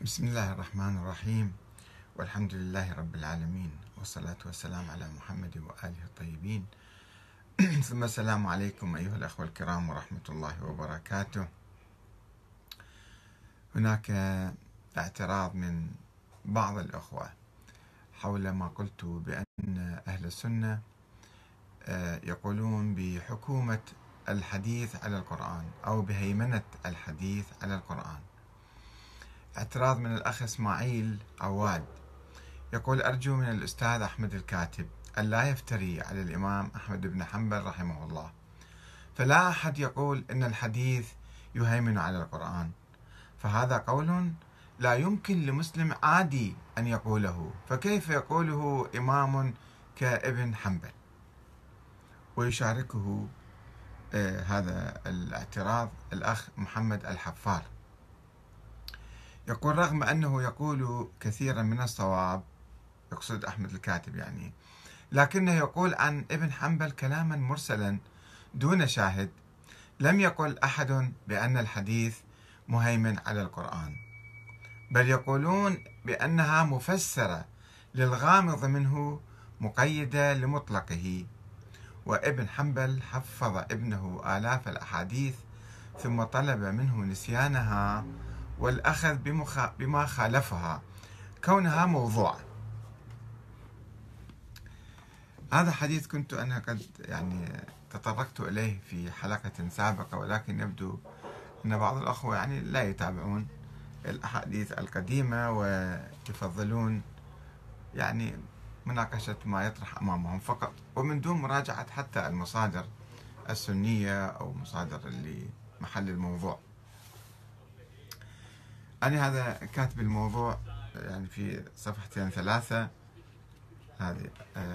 بسم الله الرحمن الرحيم، والحمد لله رب العالمين، والصلاة والسلام على محمد وآله الطيبين. ثم السلام عليكم أيها الأخوة الكرام ورحمة الله وبركاته. هناك اعتراض من بعض الأخوة حول ما قلت بأن أهل السنة يقولون بحكومة الحديث على القرآن أو بهيمنة الحديث على القرآن. اعتراض من الأخ إسماعيل عواد يقول: أرجو من الأستاذ أحمد الكاتب أن لا يفتري على الإمام أحمد بن حنبل رحمه الله، فلا أحد يقول إن الحديث يهيمن على القرآن، فهذا قول لا يمكن لمسلم عادي أن يقوله، فكيف يقوله إمام كابن حنبل؟ ويشاركه هذا الاعتراض الأخ محمد الحفار، يقول: رغم أنه يقول كثيرا من الصواب، يقصد أحمد الكاتب يعني، لكنه يقول عن ابن حنبل كلاما مرسلا دون شاهد، لم يقل أحد بأن الحديث مهيمن على القرآن، بل يقولون بأنها مفسرة للغامض منه مقيدة لمطلقه. وابن حنبل حفظ ابنه آلاف الأحاديث ثم طلب منه نسيانها والأخذ بما خالفها كونها موضوعة. هذا حديث كنت أنا قد تطرقت إليه في حلقة سابقة، ولكن يبدو أن بعض الأخوة لا يتابعون الأحاديث القديمة ويفضلون مناقشة ما يطرح أمامهم فقط، ومن دون مراجعة حتى المصادر السنية أو مصادر اللي محل الموضوع. أنا هذا كاتب الموضوع في صفحتين ثلاثة، هذه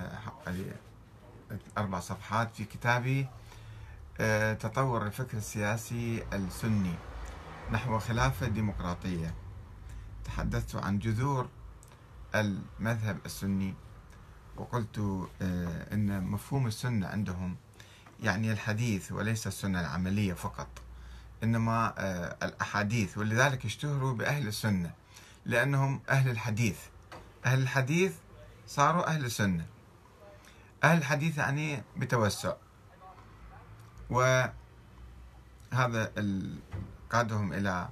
4 صفحات في كتابي تطور الفكر السياسي السني نحو خلافة ديمقراطية. تحدثت عن جذور المذهب السني، وقلت أن مفهوم السنة عندهم الحديث وليس السنة العملية فقط، إنما الأحاديث، ولذلك اشتهروا بأهل السنة لأنهم أهل الحديث. أهل الحديث صاروا أهل السنة. أهل الحديث بتوسع، وهذا قادهم إلى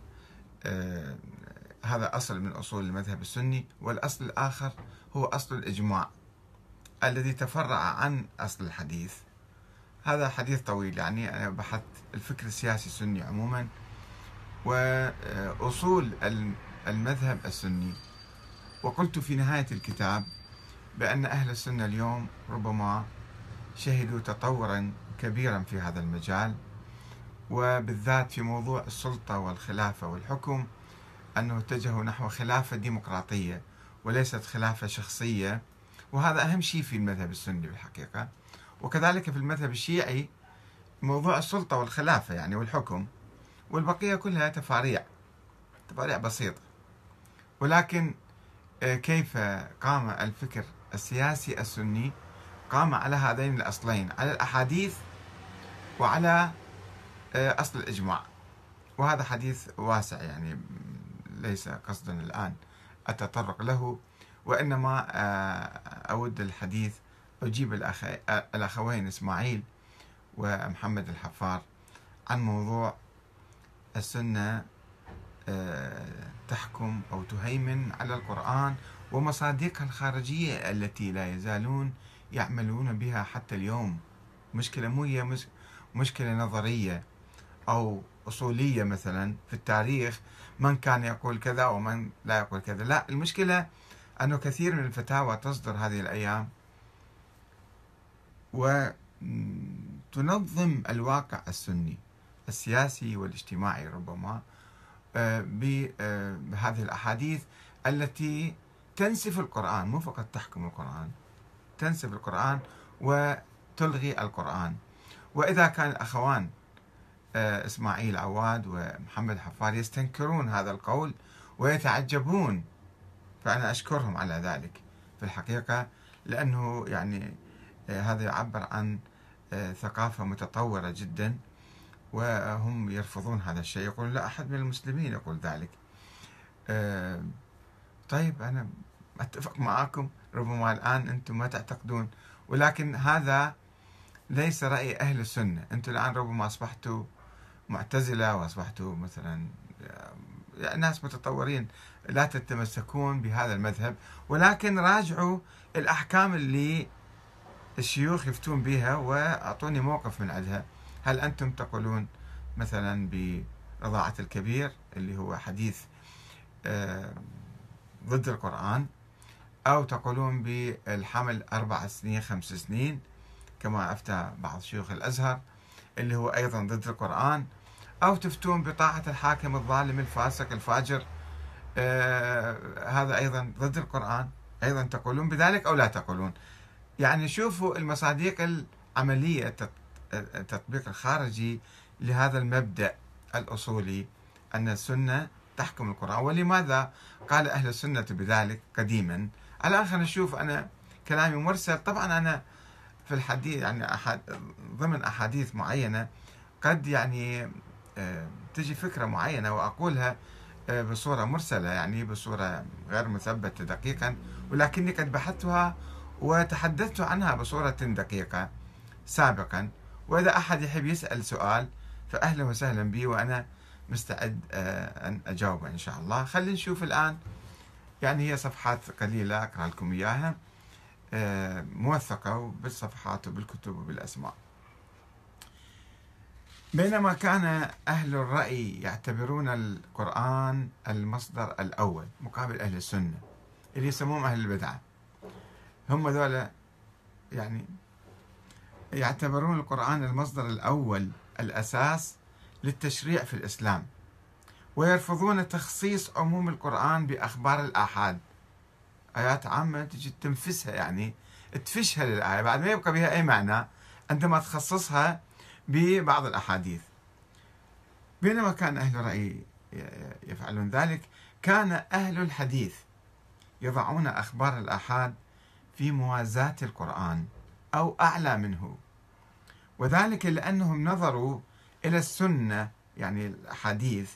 هذا أصل من أصول المذهب السني. والأصل الآخر هو أصل الإجماع الذي تفرع عن أصل الحديث. هذا حديث طويل، أنا بحثت الفكر السياسي السني عموما وأصول المذهب السني، وقلت في نهاية الكتاب بأن أهل السنة اليوم ربما شهدوا تطورا كبيرا في هذا المجال، وبالذات في موضوع السلطة والخلافة والحكم، أنه اتجهوا نحو خلافة ديمقراطية وليست خلافة شخصية، وهذا أهم شيء في المذهب السني بالحقيقة. وكذلك في المذهب الشيعي موضوع السلطة والخلافة والحكم، والبقية كلها تفاريع بسيطة. ولكن كيف قام الفكر السياسي السني؟ قام على هذين الأصلين، على الأحاديث وعلى أصل الإجماع. وهذا حديث واسع، ليس قصدا الآن أتطرق له، وإنما أود الحديث أجيب الأخوين إسماعيل ومحمد الحفار عن موضوع السنة تحكم أو تهيمن على القرآن ومصادقها الخارجية التي لا يزالون يعملون بها حتى اليوم. مشكلة مو هي مشكلة نظرية أو أصولية مثلا في التاريخ، من كان يقول كذا ومن لا يقول كذا، لا، المشكلة أنه كثير من الفتاوى تصدر هذه الأيام وتنظم الواقع السني السياسي والاجتماعي ربما بهذه الأحاديث التي تنسف القرآن، مو فقط تحكم القرآن، تنسف القرآن وتلغي القرآن. وإذا كان الأخوان إسماعيل عواد ومحمد حفار يستنكرون هذا القول ويتعجبون، فأنا أشكرهم على ذلك في الحقيقة، لأنه هذا يعبر عن ثقافة متطورة جدا، وهم يرفضون هذا الشيء، يقولون لا أحد من المسلمين يقول ذلك. آه، طيب أنا أتفق معكم، ربما الآن أنتم ما تعتقدون، ولكن هذا ليس رأي أهل السنة. أنتم الآن ربما أصبحتوا معتزلة وأصبحتوا مثلا ناس متطورين، لا تتمسكون بهذا المذهب، ولكن راجعوا الأحكام اللي الشيوخ يفتون بها وأعطوني موقف من عندها. هل أنتم تقولون مثلا برضاعة الكبير اللي هو حديث ضد القرآن، أو تقولون بالحمل 4 سنين 5 سنين كما أفتى بعض شيوخ الأزهر اللي هو أيضا ضد القرآن، أو تفتون بطاعة الحاكم الظالم الفاسق الفاجر، هذا أيضا ضد القرآن، أيضا تقولون بذلك أو لا تقولون؟ يعني شوفوا المصادق العملية، التطبيق الخارجي لهذا المبدأ الأصولي أن السنة تحكم القرآن. ولماذا قال أهل السنة بذلك قديما؟ الآن خلينا نشوف. أنا كلامي مرسل طبعا، أنا في الحديث يعني ضمن أحاديث معينة قد يعني تجي فكرة معينة وأقولها بصورة مرسلة، يعني بصورة غير مثبتة دقيقا، ولكني قد بحثتها وتحدثت عنها بصورة دقيقة سابقا. وإذا أحد يحب يسأل سؤال فأهلا وسهلا بي، وأنا مستعد أن أجاوب إن شاء الله. خلينا نشوف الآن، يعني هي صفحات قليلة أقرأ لكم إياها موثقة بالصفحات وبالكتب وبالأسماء. بينما كان أهل الرأي يعتبرون القرآن المصدر الأول مقابل أهل السنة اللي يسموهم أهل البدعة، هم ذولا يعني يعتبرون القرآن المصدر الأول الأساس للتشريع في الإسلام، ويرفضون تخصيص عموم القرآن بأخبار الآحاد. آيات عامة تجي تنفسها، يعني تفشها للآية بعد ما يبقى بها أي معنى عندما تخصصها ببعض الأحاديث. بينما كان أهل الرأي يفعلون ذلك، كان أهل الحديث يضعون أخبار الآحاد في موازاة القرآن أو أعلى منه، وذلك لأنهم نظروا إلى السنة يعني الأحاديث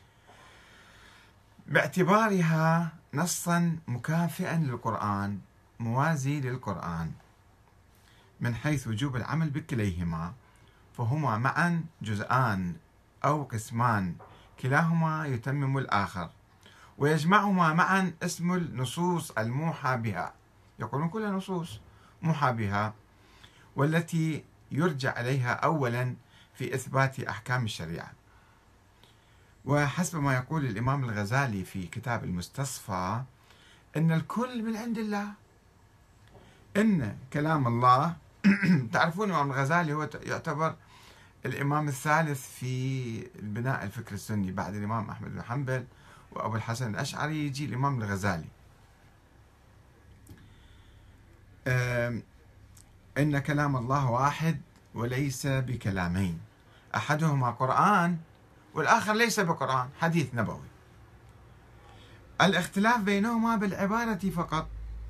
باعتبارها نصا مكافئا للقرآن موازي للقرآن من حيث وجوب العمل بكليهما، فهما معا جزءان أو قسمان كلاهما يتمم الآخر، ويجمعهما معا اسم النصوص الموحى بها. يقولون كلها نصوص موحى بها، والتي يرجع إليها أولا في إثبات أحكام الشريعة. وحسب ما يقول الإمام الغزالي في كتاب المستصفى إن الكل من عند الله، إن كلام الله تعرفون الإمام الغزالي هو يعتبر الإمام الثالث في بناء الفكر السني بعد الإمام أحمد بن حنبل وأبو الحسن الأشعري، يجي الإمام الغزالي. إن كلام الله واحد وليس بكلامين، أحدهما قرآن والآخر ليس بقرآن، حديث نبوي. الاختلاف بينهما بالعبارة فقط،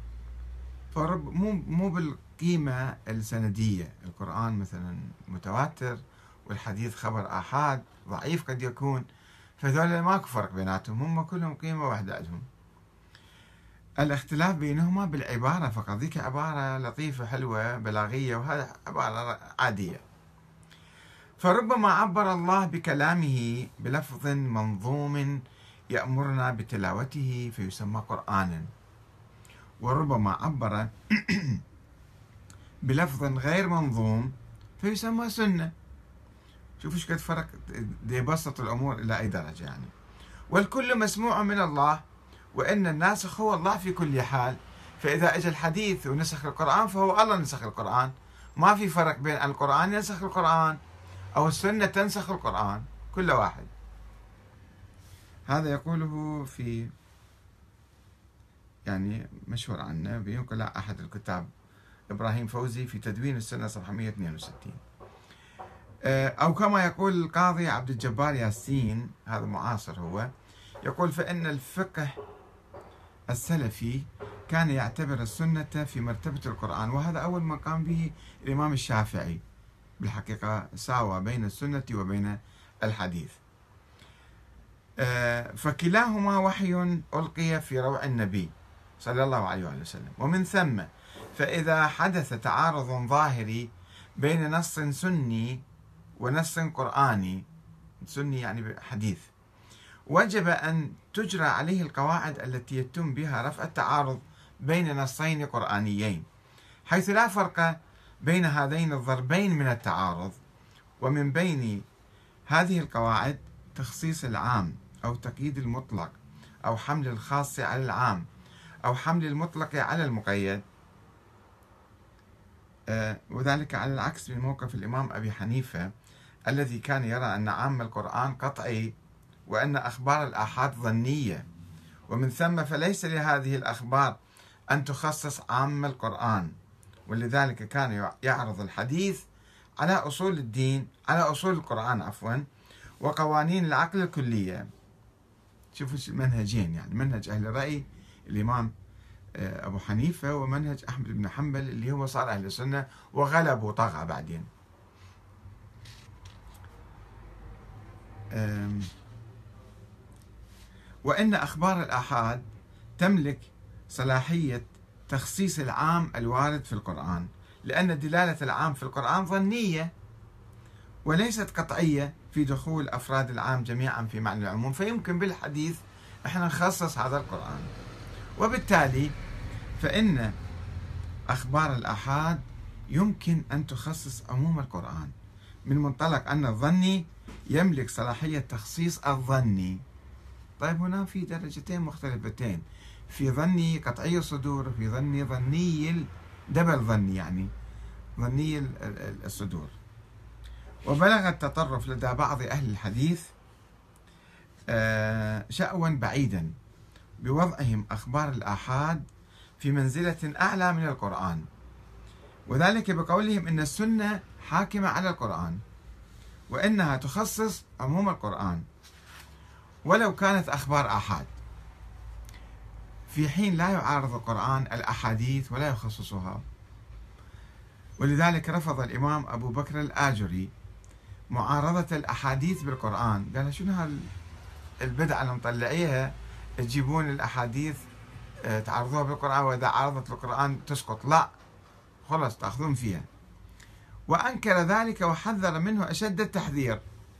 مو بالقيمة السندية. القرآن مثلا متواتر والحديث خبر آحاد ضعيف قد يكون، فذولا ماكو فرق بيناتهم، هم كلهم قيمة واحدة عندهم. الاختلاف بينهما بالعبارة فقط، ذيك عبارة لطيفة حلوة بلاغية وهذا عبارة عادية. فربما عبر الله بكلامه بلفظ منظوم يأمرنا بتلاوته فيسمى قرآنا، وربما عبر بلفظ غير منظوم فيسمى سنة. شوفوا ايش قد فرق، يبسط الأمور إلى أي درجة يعني. والكل مسموع من الله، وإن الناسخ هو الله في كل حال. فإذا أجى الحديث ونسخ القرآن فهو الله نسخ القرآن، ما في فرق بين القرآن ينسخ القرآن أو السنة تنسخ القرآن، كل واحد. هذا يقوله في يعني مشهور عنه بينقل أحد الكتاب إبراهيم فوزي في تدوين السنة صفحة 162. أو كما يقول القاضي عبد الجبار ياسين، هذا معاصر هو، يقول فإن الفقه السلفي كان يعتبر السنة في مرتبة القرآن، وهذا أول ما قام به الإمام الشافعي. بالحقيقة ساوى بين السنة وبين الحديث. فكلاهما وحي ألقي في روع النبي صلى الله عليه وآله وسلم. ومن ثم فإذا حدث تعارض ظاهري بين نص سني ونص قرآني، سني يعني حديث، وجب أن تجرى عليه القواعد التي يتم بها رفع التعارض بين نصين قرآنيين، حيث لا فرق بين هذين الضربين من التعارض. ومن بين هذه القواعد تخصيص العام أو تقييد المطلق، أو حمل الخاص على العام، أو حمل المطلق على المقيد، وذلك على العكس من موقف الإمام أبي حنيفة الذي كان يرى أن عام القرآن قطعي وأن أخبار الآحاد ظنية، ومن ثم فليس لهذه الأخبار أن تخصص عام القرآن، ولذلك كان يعرض الحديث على أصول الدين، على أصول القرآن عفوا، وقوانين العقل الكلية. شوفوا المنهجين، يعني منهج أهل الرأي الإمام أبو حنيفة، ومنهج أحمد بن حنبل اللي هو صار أهل السنة وغلب وطغى بعدين. وإن أخبار الآحاد تملك صلاحية تخصيص العام الوارد في القرآن، لأن دلالة العام في القرآن ظنية وليست قطعية في دخول أفراد العام جميعا في معنى العموم، فيمكن بالحديث احنا نخصص هذا القرآن. وبالتالي فإن أخبار الآحاد يمكن أن تخصص عموم القرآن من منطلق أن الظني يملك صلاحية تخصيص الظني. طيب هنا في درجتين مختلفتين، في ظني قطعي الصدور، وفي ظني دبل ظني، يعني ظني الصدور. وبلغ التطرف لدى بعض أهل الحديث شأوا بعيدا بوضعهم أخبار الآحاد في منزلة أعلى من القرآن، وذلك بقولهم إن السنة حاكمة على القرآن، وإنها تخصص عموم القرآن ولو كانت أخبار آحاد، في حين لا يعارض القرآن الأحاديث ولا يخصصها. ولذلك رفض الإمام أبو بكر الآجري معارضة الأحاديث بالقرآن، قال شنو البدعة اللي مطلعيها تجيبون الأحاديث تعرضوها بالقرآن، وإذا عارضت القرآن تسقط، لا خلص تأخذون فيها. وأنكر ذلك وحذر منه أشد التحذير.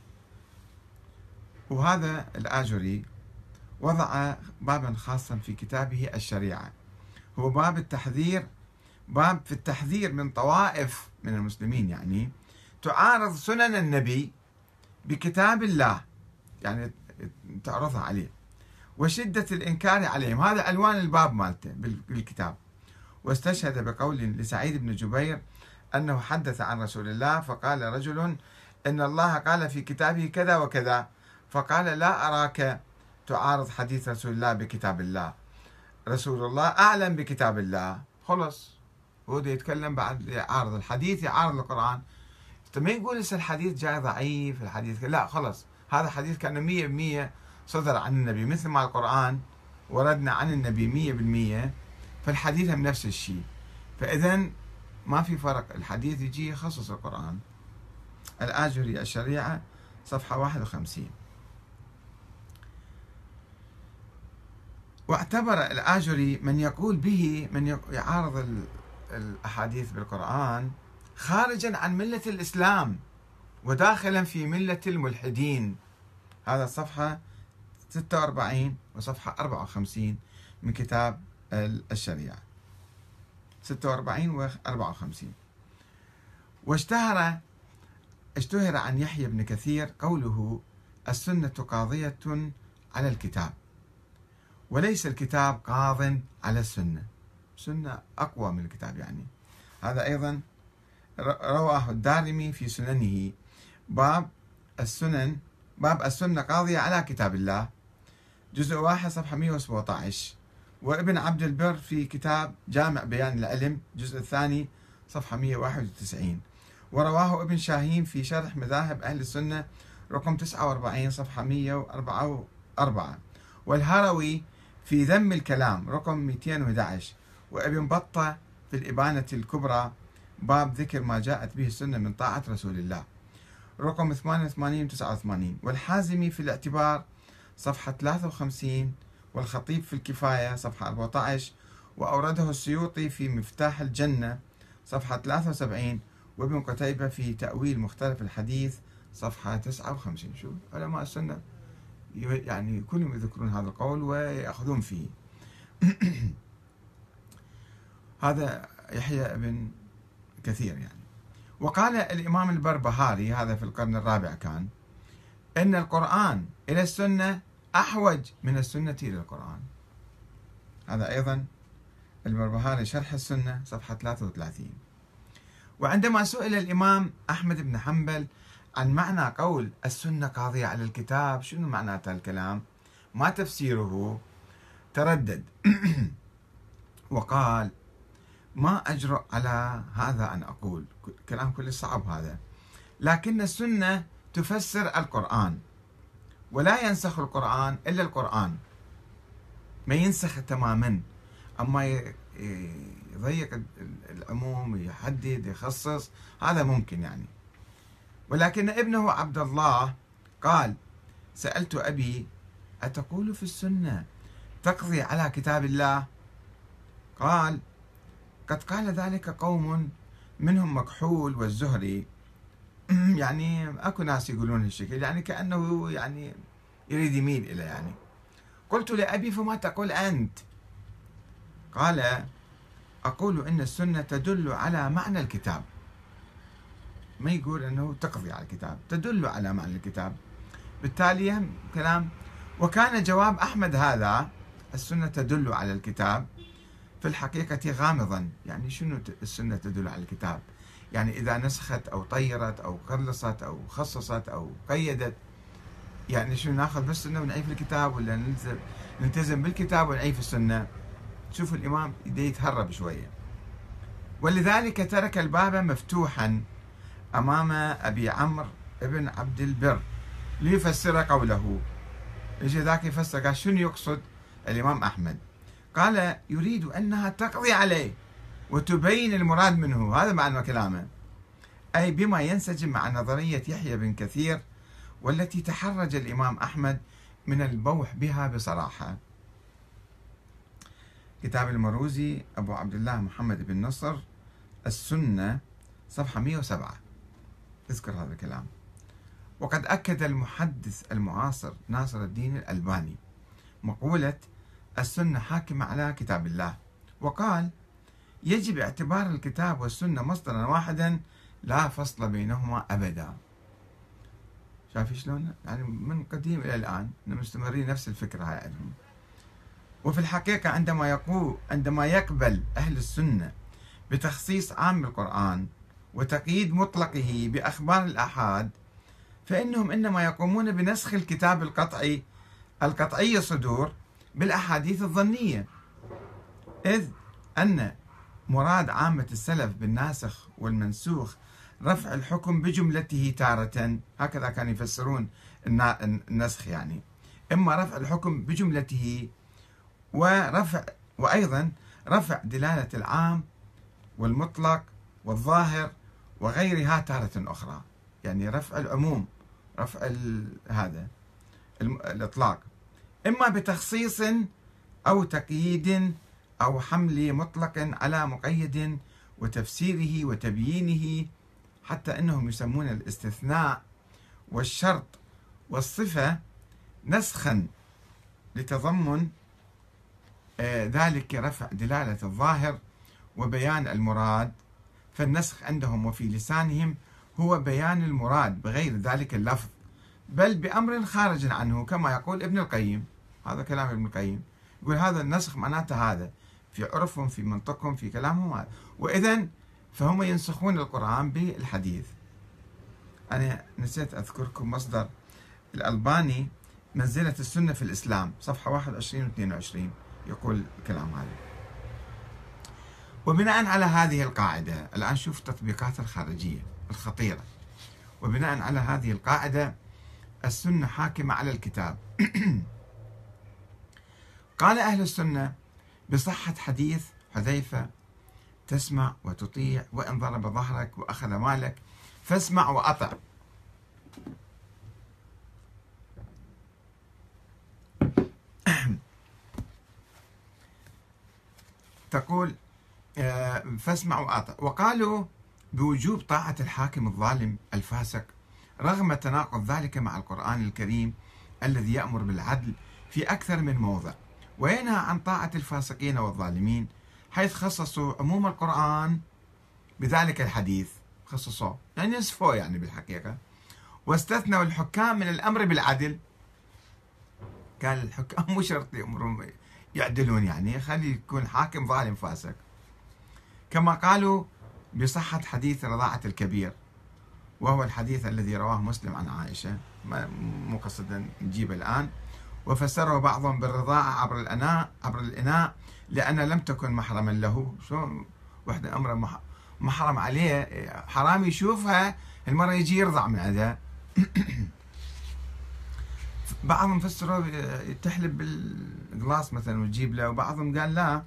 وهذا الآجري وضع بابا خاصا في كتابه الشريعة، هو باب التحذير، باب في التحذير من طوائف من المسلمين يعني تعارض سنن النبي بكتاب الله، يعني تعرضها عليه، وشدة الإنكار عليهم. هذا عنوان الباب مالته بالكتاب. واستشهد بقول لسعيد بن جبير أنه حدث عن رسول الله فقال رجل إن الله قال في كتابه كذا وكذا، فقال لا أراك تعارض حديث رسول الله بكتاب الله، رسول الله أعلم بكتاب الله. خلص هو يتكلم بعد يعارض الحديث، يعارض القرآن. ما يقول لسه الحديث جاي ضعيف، الحديث لا خلص، هذا حديث كان 100% صدر عن النبي، مثل ما القرآن وردنا عن النبي 100%، فالحديث هم نفس الشيء. فإذا ما في فرق، الحديث يجي يخصص القرآن. الآجري الشريعة صفحة 51. واعتبر الآجري من يقول به، من يعارض الأحاديث بالقرآن، خارجا عن ملة الإسلام وداخلا في ملة الملحدين. هذا الصفحة 46 وصفحة 54 من كتاب الشريعة، 46 و 54. اشتهر عن يحيى بن كثير قوله السنة قاضية على الكتاب، وليس الكتاب قاض على السنة، السنة أقوى من الكتاب. يعني هذا أيضا رواه الدارمي في سننه، باب السنة قاضية على كتاب الله، جزء 1 صفحة 117. وابن عبد البر في كتاب جامع بيان العلم، جزء 2 صفحة 191. ورواه ابن شاهين في شرح مذاهب أهل السنة رقم 49 صفحة 104. والهروي في ذم الكلام رقم 211. وابن بطة في الإبانة الكبرى باب ذكر ما جاءت به السنة من طاعة رسول الله رقم 88 و 89. والحازمي في الاعتبار صفحة 53، والخطيب في الكفاية صفحة 14، وأورده السيوطي في مفتاح الجنة صفحة 73، وابن قتيبة في تأويل مختلف الحديث صفحة 59. شوف علماء السنة يعني كلهم يذكرون هذا القول ويأخذون فيه. هذا يحيى بن كثير يعني. وقال الإمام البربهاري، هذا في القرن الرابع كان، إن القرآن إلى السنة أحوج من السنة إلى القرآن. هذا أيضا البربهاري شرح السنة صفحة 33. وعندما سئل الإمام أحمد بن حنبل عن معنى قول السنة قاضية على الكتاب، شنو معناته الكلام، ما تفسيره، تردد وقال: ما أجرؤ على هذا أن أقول، كلام كل صعب هذا، لكن السنة تفسر القرآن، ولا ينسخ القرآن إلا القرآن، ما ينسخ تماما، أما يضيق العموم، يحدد، يخصص، هذا ممكن يعني. ولكن ابنه عبد الله قال: سألت أبي: أتقول في السنة تقضي على كتاب الله؟ قال: قد قال ذلك قوم منهم مكحول والزهري. يعني اكو ناس يقولون هالشكل، يعني كأنه يعني يريد يميل إلى يعني. قلت لأبي: فما تقول أنت؟ قال: أقول إن السنة تدل على معنى الكتاب، ما يقول أنه تقضي على الكتاب، تدل على معنى الكتاب. بالتالي كلام. وكان جواب أحمد هذا، السنة تدل على الكتاب، في الحقيقة غامضا. يعني شنو السنة تدل على الكتاب؟ يعني إذا نسخت أو طيرت أو قلصت أو خصصت أو قيدت، يعني شنو، ناخذ بس السنة ونعيف الكتاب، ولا نلتزم بالكتاب ونعيف السنة؟ شوف الإمام يتهرب شوية. ولذلك ترك الباب مفتوحا أمام أبي عمرو ابن عبد البر ليفسر قوله. يجي ذاك يفسر، قال: شنو يقصد الإمام أحمد؟ قال: يريد أنها تقضي عليه وتبين المراد منه، هذا معنى كلامه، أي بما ينسجم مع نظرية يحيى بن كثير، والتي تحرج الإمام أحمد من البوح بها بصراحة. كتاب المروزي أبو عبد الله محمد بن نصر، السنة، صفحة 107، اذكر هذا الكلام. وقد أكد المحدث المعاصر ناصر الدين الألباني مقولة السنة حاكمة على كتاب الله، وقال: يجب اعتبار الكتاب والسنة مصدرا واحدا لا فصل بينهما أبدا. شايف شلون؟ يعني من قديم إلى الآن مستمرين نفس الفكرة هاي عندهم. وفي الحقيقة عندما يقبل أهل السنة بتخصيص عام القرآن وتقييد مطلقه بأخبار الآحاد، فإنهم إنما يقومون بنسخ الكتاب القطعي الصدور بالأحاديث الظنية، إذ أن مراد عامة السلف بالناسخ والمنسوخ رفع الحكم بجملته تارة، هكذا كانوا يفسرون النسخ، يعني إما رفع الحكم بجملته وأيضا رفع دلالة العام والمطلق والظاهر وغيرها تارة أخرى، يعني رفع العموم، رفع هذا الإطلاق، إما بتخصيص أو تقييد أو حمل مطلق على مقيد وتفسيره وتبيينه، حتى أنهم يسمون الاستثناء والشرط والصفة نسخا لتضمن ذلك رفع دلالة الظاهر وبيان المراد. فالنسخ عندهم وفي لسانهم هو بيان المراد بغير ذلك اللفظ، بل بأمر خارج عنه، كما يقول ابن القيم. هذا كلام ابن القيم، يقول هذا النسخ معناته هذا في عرفهم، في منطقهم، في كلامهم هذا. وإذن فهم ينسخون القرآن بالحديث. أنا نسيت أذكركم مصدر الألباني، منزلة السنة في الإسلام، صفحة 21 و 22، يقول الكلام هذا. وبناء على هذه القاعدة، الآن شوف التطبيقات الخارجية الخطيرة. وبناء على هذه القاعدة السنة حاكمة على الكتاب. قال أهل السنة بصحة حديث حذيفة: تسمع وتطيع، وإن ضرب ظهرك وأخذ مالك فاسمع وأطع. تقول فاسمع وأطع. وقالوا بوجوب طاعة الحاكم الظالم الفاسق رغم تناقض ذلك مع القرآن الكريم الذي يأمر بالعدل في أكثر من موضع وينهى عن طاعة الفاسقين والظالمين، حيث خصصوا عموم القرآن بذلك الحديث، خصصوه يعني نسفوه يعني بالحقيقة، واستثنوا الحكام من الأمر بالعدل. قال الحكام مو شرط يأمرون يعدلون، يعني خلي يكون حاكم ظالم فاسق. كما قالوا بصحة حديث رضاعة الكبير، وهو الحديث الذي رواه مسلم عن عائشة، مو قصدا نجيبه الآن. وفسره بعضهم بالرضاعة عبر الإناء لأن لم تكن محرما له. شو وحدة أمر محرم عليه، حرام يشوفها، المرة يجي يرضع من عندها. بعضهم فسروا تحلب بالقلاص مثلا وتجيب له، وبعضهم قال لا.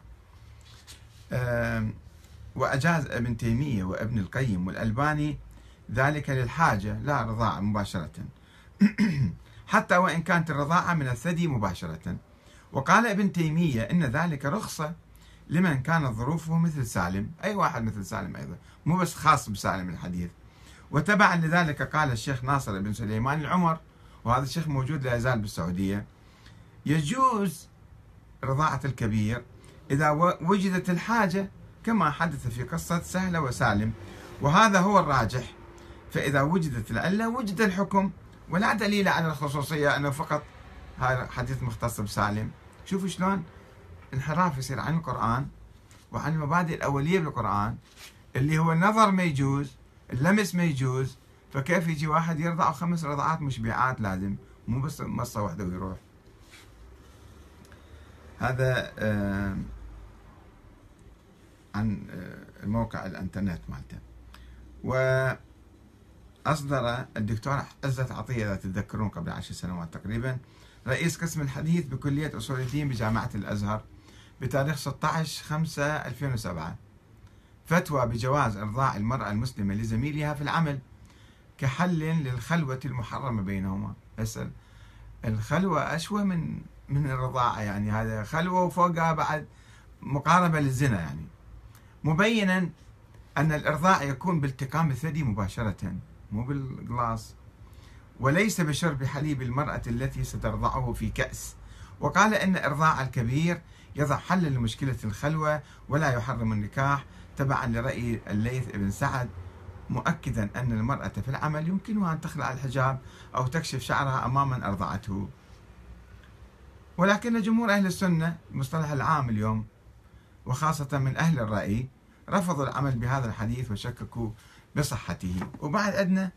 وأجاز ابن تيمية وابن القيم والألباني ذلك للحاجة لا رضاعة مباشرة، حتى وإن كانت الرضاعة من الثدي مباشرة. وقال ابن تيمية إن ذلك رخصة لمن كانت ظروفه مثل سالم، أي واحد مثل سالم أيضا، مو بس خاص بسالم الحديث. وتبعا لذلك قال الشيخ ناصر بن سليمان العمر، وهذا الشيخ موجود لا يزال بالسعودية، يجوز رضاعة الكبير إذا وجدت الحاجة كما حدث في قصة سهلة وسالم، وهذا هو الراجح. فإذا وجدت العلة وجد الحكم، ولا دليل على الخصوصية أنه فقط هذا حديث مختص بسالم. شوفوا شلون انحراف يصير عن القرآن وعن المبادئ الأولية بالقرآن، اللي هو النظر ما يجوز، اللمس ما يجوز، فكيف يجي واحد يرضع 5 رضعات مشبعات لازم، مو بس مصة واحدة ويروح. هذا عن موقع الانترنت مالته. وأصدر الدكتور عزت عطية إذا تتذكرون قبل 10 سنوات تقريبا، رئيس قسم الحديث بكلية أصول الدين بجامعة الأزهر بتاريخ 16/5/2007 فتوى بجواز إرضاع المرأة المسلمة لزميلها في العمل كحل للخلوة المحرمة بينهما. بس الخلوة أشوى من الرضاعة، يعني هذا خلوة وفوقها بعد مقاربة للزنا، يعني مبينا أن الإرضاع يكون بالتقام الثدي مباشرة مو بالقلاص، وليس بشرب حليب المرأة التي سترضعه في كأس. وقال إن إرضاع الكبير يضع حل لمشكلة الخلوة ولا يحرم النكاح، تبعا لرأي الليث بن سعد، مؤكدا أن المرأة في العمل يمكنها أن تخلع الحجاب أو تكشف شعرها أمام من أرضعته. ولكن جمهور أهل السنة، المصطلح العام اليوم وخاصة من أهل الرأي، رفضوا العمل بهذا الحديث وشككوا بصحته. وبعد أدنى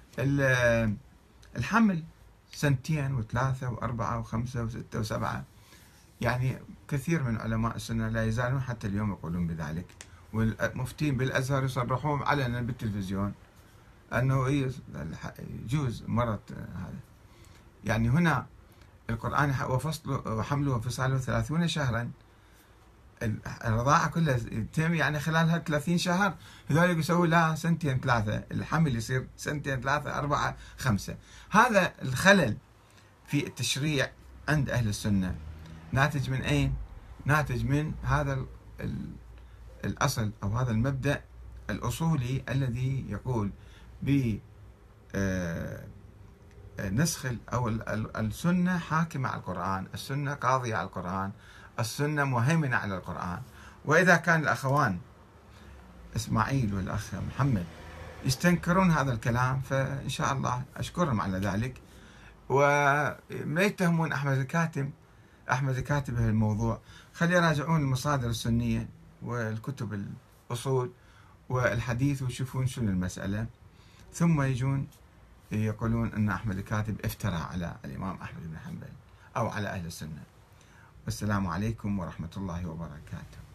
الحمل 2 و3 و4 و5 و6 و7، يعني كثير من علماء السنة لا يزالون حتى اليوم يقولون بذلك، والمفتين بالأزهر يصرحون علنا بالتلفزيون أنه يجوز مرض هذا. يعني هنا القرآن وفصل وحمله وفصاله 30 شهرا، الرضاعة كلها تتم يعني خلالها 30 شهر، هذول يسووا لها 2 3، الحمل يصير 2 3 4 5. هذا الخلل في التشريع عند أهل السنة ناتج من أين؟ ناتج من هذا الأصل أو هذا المبدأ الأصولي الذي يقول بنسخ أو السنة حاكمة على القرآن، السنة قاضية على القرآن، السنة مهيمنة على القرآن. وإذا كان الأخوان إسماعيل والأخ محمد يستنكرون هذا الكلام، فإن شاء الله أشكرهم على ذلك، وما يتهمون أحمد الكاتب بهالموضوع. خلي يراجعون المصادر السنية والكتب الأصول والحديث ويشوفون شنو المسألة، ثم يجون يقولون أن أحمد الكاتب افترى على الإمام أحمد بن حنبل أو على أهل السنة. والسلام عليكم ورحمة الله وبركاته.